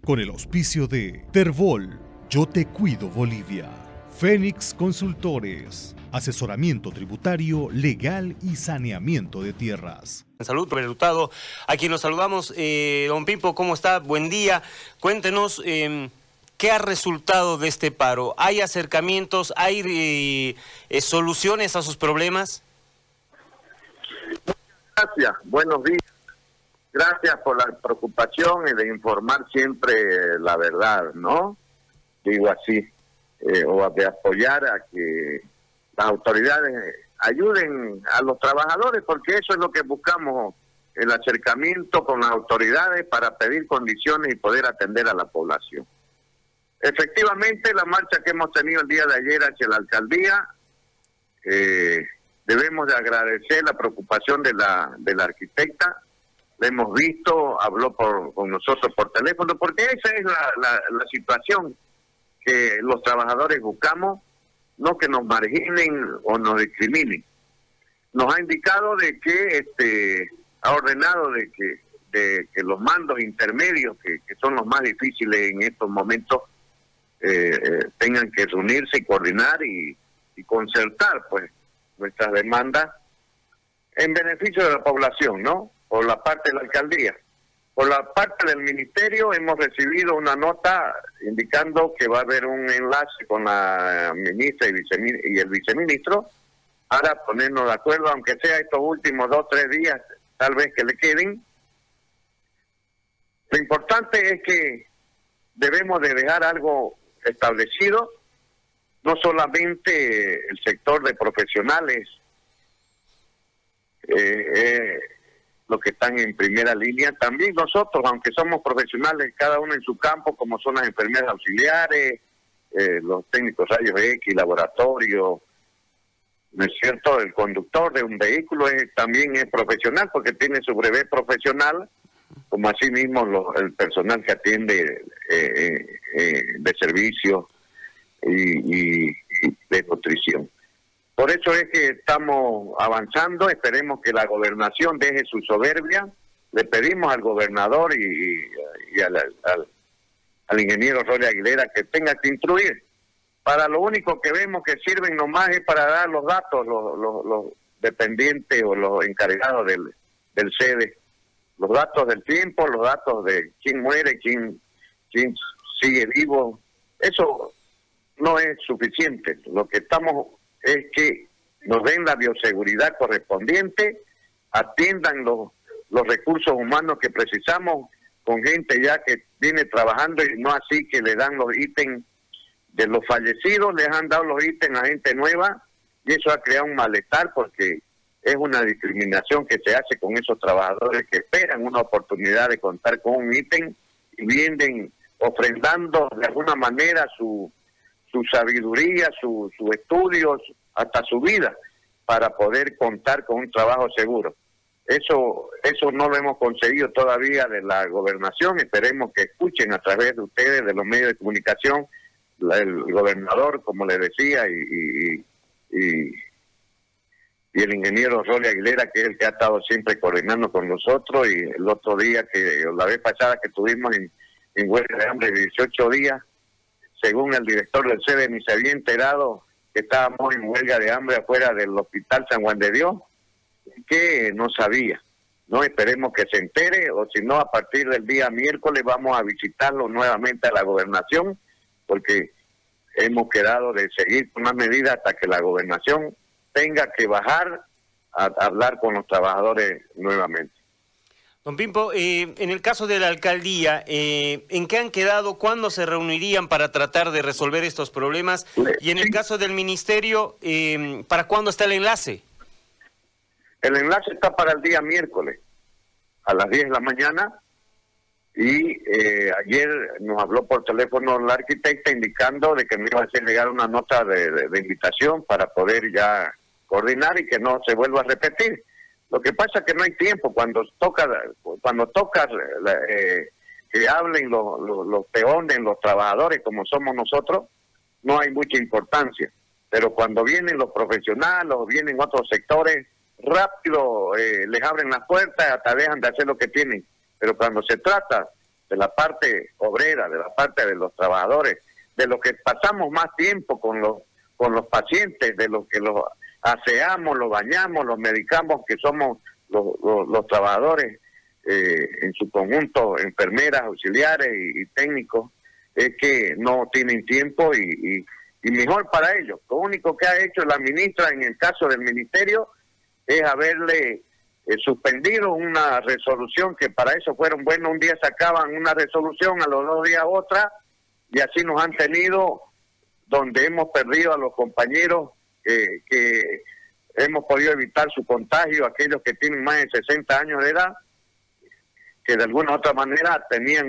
con el auspicio de Terbol, Yo Te Cuido Bolivia, Fénix Consultores, asesoramiento tributario, legal y saneamiento de tierras. Salud, resultado. A quien nos saludamos, don Pimpo, ¿cómo está? Buen día. Cuéntenos, ¿qué ha resultado de este paro? ¿Hay acercamientos? ¿Hay soluciones a sus problemas? Gracias, buenos días. Gracias por la preocupación y de informar siempre la verdad, ¿no? Digo así, o de apoyar a que las autoridades ayuden a los trabajadores, porque eso es lo que buscamos, el acercamiento con las autoridades para pedir condiciones y poder atender a la población. Efectivamente, la marcha que hemos tenido el día de ayer hacia la alcaldía, debemos de agradecer la preocupación de la arquitecta. La hemos visto, habló con nosotros por teléfono, porque esa es la situación que los trabajadores buscamos, no que nos marginen o nos discriminen. Nos ha indicado de que ha ordenado de que los mandos intermedios, que son los más difíciles en estos momentos, tengan que reunirse y coordinar y concertar pues nuestras demandas en beneficio de la población, ¿no? Por la parte de la alcaldía. Por la parte del ministerio hemos recibido una nota indicando que va a haber un enlace con la ministra y el viceministro para ponernos de acuerdo, aunque sea estos últimos 2 o 3 días, tal vez que le queden. Lo importante es que debemos de dejar algo establecido, no solamente el sector de profesionales, los que están en primera línea, también nosotros, aunque somos profesionales, cada uno en su campo, como son las enfermeras auxiliares, los técnicos rayos X, laboratorio, ¿no es cierto? El conductor de un vehículo también es profesional porque tiene su brevet profesional, como así mismo el personal que atiende de servicio y de nutrición. Por eso es que estamos avanzando, esperemos que la gobernación deje su soberbia. Le pedimos al gobernador y al ingeniero Rolly Aguilera que tenga que instruir. Para lo único que vemos que sirven nomás es para dar los datos, los dependientes o los encargados del sede, los datos del tiempo, los datos de quién muere, quién sigue vivo. Eso no es suficiente. Lo que estamos es que nos den la bioseguridad correspondiente, atiendan los recursos humanos que precisamos con gente ya que viene trabajando y no así que le dan los ítems de los fallecidos, les han dado los ítems a gente nueva y eso ha creado un malestar porque es una discriminación que se hace con esos trabajadores que esperan una oportunidad de contar con un ítem y vienen ofrendando de alguna manera su sabiduría, sus estudios, hasta su vida, para poder contar con un trabajo seguro. Eso no lo hemos conseguido todavía de la gobernación. Esperemos que escuchen a través de ustedes, de los medios de comunicación, el gobernador, como le decía, y el ingeniero Rolly Aguilera, que es el que ha estado siempre coordinando con nosotros, y el otro día, la vez pasada que estuvimos en huelga de hambre de 18 días, según el director del CEDE, ni se había enterado que estábamos en huelga de hambre afuera del Hospital San Juan de Dios, que no sabía. No esperemos que se entere, o si no, a partir del día miércoles vamos a visitarlo nuevamente a la gobernación, porque hemos quedado de seguir con más medidas hasta que la gobernación tenga que bajar a hablar con los trabajadores nuevamente. Don Pimpo, en el caso de la alcaldía, ¿en qué han quedado? ¿Cuándo se reunirían para tratar de resolver estos problemas? Y en el caso del ministerio, ¿para cuándo está el enlace? El enlace está para el día miércoles, a las 10 de la mañana, y ayer nos habló por teléfono la arquitecta indicando de que me iba a hacer llegar una nota de invitación para poder ya coordinar y que no se vuelva a repetir. Lo que pasa es que no hay tiempo. Cuando toca que hablen los peones, los trabajadores, como somos nosotros, no hay mucha importancia. Pero cuando vienen los profesionales o vienen otros sectores, rápido les abren las puertas, hasta dejan de hacer lo que tienen. Pero cuando se trata de la parte obrera, de la parte de los trabajadores, de los que pasamos más tiempo con los pacientes, de los que los aseamos, los bañamos, los medicamos, que somos los trabajadores en su conjunto, enfermeras, auxiliares y técnicos, es que no tienen tiempo y mejor para ellos. Lo único que ha hecho la ministra en el caso del ministerio es haberle suspendido una resolución que para eso fueron buenos. Un día sacaban una resolución, a los 2 días otra, y así nos han tenido, donde hemos perdido a los compañeros que hemos podido evitar su contagio, aquellos que tienen más de 60 años de edad, que de alguna u otra manera tenían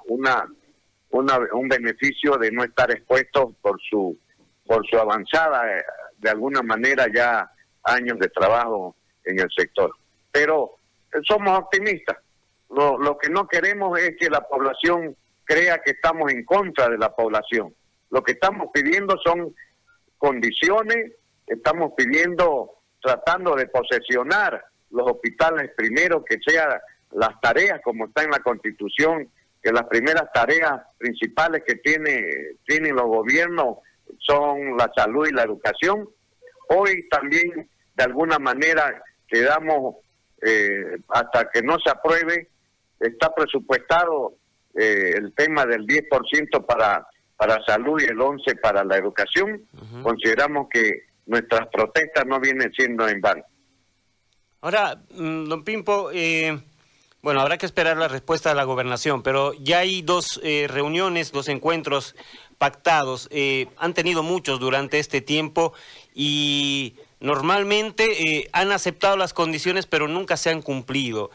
un beneficio de no estar expuestos por su avanzada, de alguna manera ya años de trabajo en el sector. Pero somos optimistas. Lo que no queremos es que la población crea que estamos en contra de la población. Lo que estamos pidiendo son condiciones, estamos pidiendo, tratando de posesionar los hospitales primero, que sean las tareas como está en la Constitución, que las primeras tareas principales que tienen los gobiernos son la salud y la educación. Hoy también, de alguna manera, quedamos, hasta que no se apruebe, está presupuestado el tema del 10% para salud y el 11% para la educación. Consideramos que nuestras protestas no vienen siendo en vano. Ahora, don Pimpo, bueno, habrá que esperar la respuesta de la gobernación, pero ya hay 2 reuniones, 2 encuentros pactados. Han tenido muchos durante este tiempo y normalmente han aceptado las condiciones, pero nunca se han cumplido.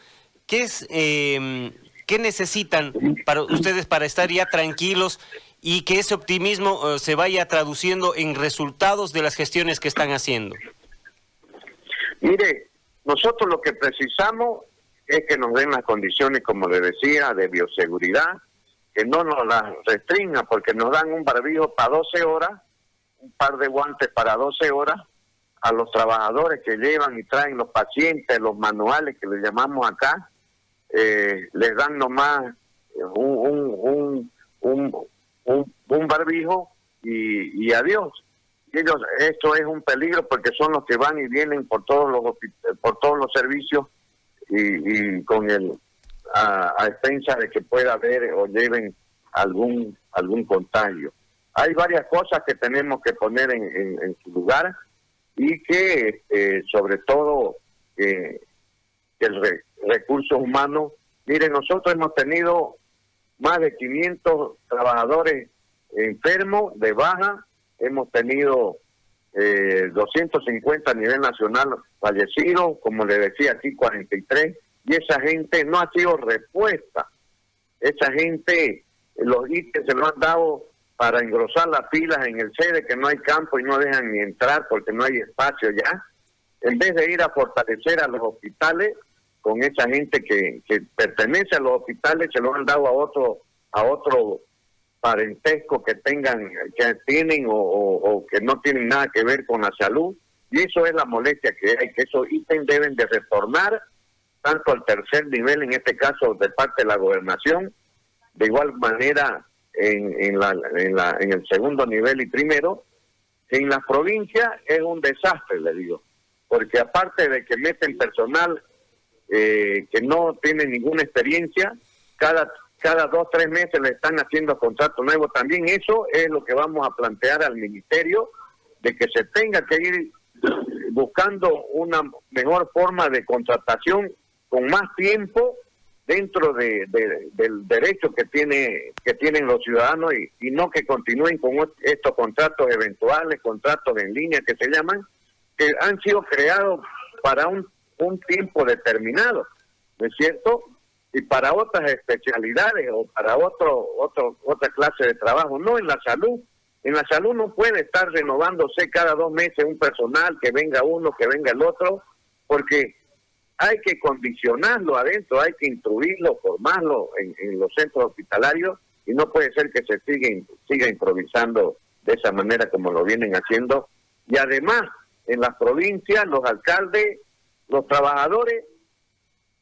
¿Qué necesitan para ustedes para estar ya tranquilos y que ese optimismo se vaya traduciendo en resultados de las gestiones que están haciendo? Mire, nosotros lo que precisamos es que nos den las condiciones, como le decía, de bioseguridad, que no nos las restringan, porque nos dan un barbijo para 12 horas, un par de guantes para 12 horas, a los trabajadores que llevan y traen los pacientes, los manuales que le llamamos acá, les dan nomás un barbijo y adiós. Y ellos, esto es un peligro porque son los que van y vienen por todos los servicios y con a expensas de que pueda haber o lleven algún contagio. Hay varias cosas que tenemos que poner en su lugar y que sobre todo el recursos humanos. Miren, nosotros hemos tenido más de 500 trabajadores enfermos de baja, hemos tenido 250 a nivel nacional fallecidos, como le decía aquí 43, y esa gente no ha sido respuesta. Esa gente, los ítems se lo han dado para engrosar las filas en el sede, que no hay campo y no dejan ni entrar porque no hay espacio ya, en vez de ir a fortalecer a los hospitales. Con esa gente que pertenece a los hospitales, se lo han dado a otro parentesco que tienen o que no tienen nada que ver con la salud, y eso es la molestia que hay, que esos ítems deben de retornar tanto al tercer nivel, en este caso de parte de la gobernación, de igual manera en el segundo nivel y primero. En las provincias es un desastre, le digo, porque aparte de que meten personal que no tiene ninguna experiencia, cada 2-3 meses le están haciendo contratos nuevos. También eso es lo que vamos a plantear al ministerio, de que se tenga que ir buscando una mejor forma de contratación con más tiempo dentro del derecho que tienen los ciudadanos y no que continúen con estos contratos eventuales, contratos en línea que se llaman, que han sido creados para un tiempo determinado, ¿no es cierto? Y para otras especialidades o para otra clase de trabajo, no en la salud. En la salud no puede estar renovándose cada 2 meses un personal, que venga uno, que venga el otro, porque hay que condicionarlo adentro, hay que instruirlo, formarlo en los centros hospitalarios, y no puede ser que se siga improvisando de esa manera como lo vienen haciendo. Y además, en las provincias, los alcaldes, los trabajadores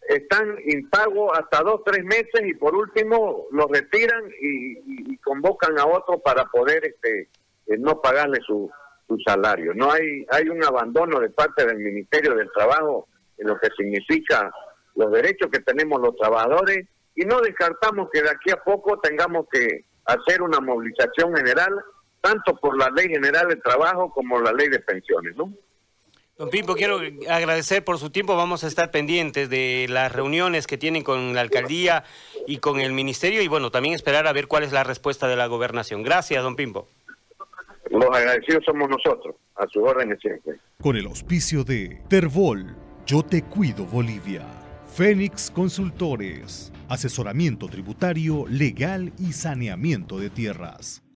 están impagos hasta 2 o 3 meses y por último los retiran y convocan a otro para poder no pagarle su salario. No hay un abandono de parte del Ministerio del Trabajo en lo que significa los derechos que tenemos los trabajadores, y no descartamos que de aquí a poco tengamos que hacer una movilización general, tanto por la Ley General de Trabajo como la Ley de Pensiones, ¿no? Don Pimpo, quiero agradecer por su tiempo. Vamos a estar pendientes de las reuniones que tienen con la alcaldía y con el ministerio, y bueno, también esperar a ver cuál es la respuesta de la gobernación. Gracias, don Pimpo. Los agradecidos somos nosotros, a sus órdenes siempre. Con el auspicio de Terbol, Yo Te Cuido Bolivia. Fénix Consultores, asesoramiento tributario, legal y saneamiento de tierras.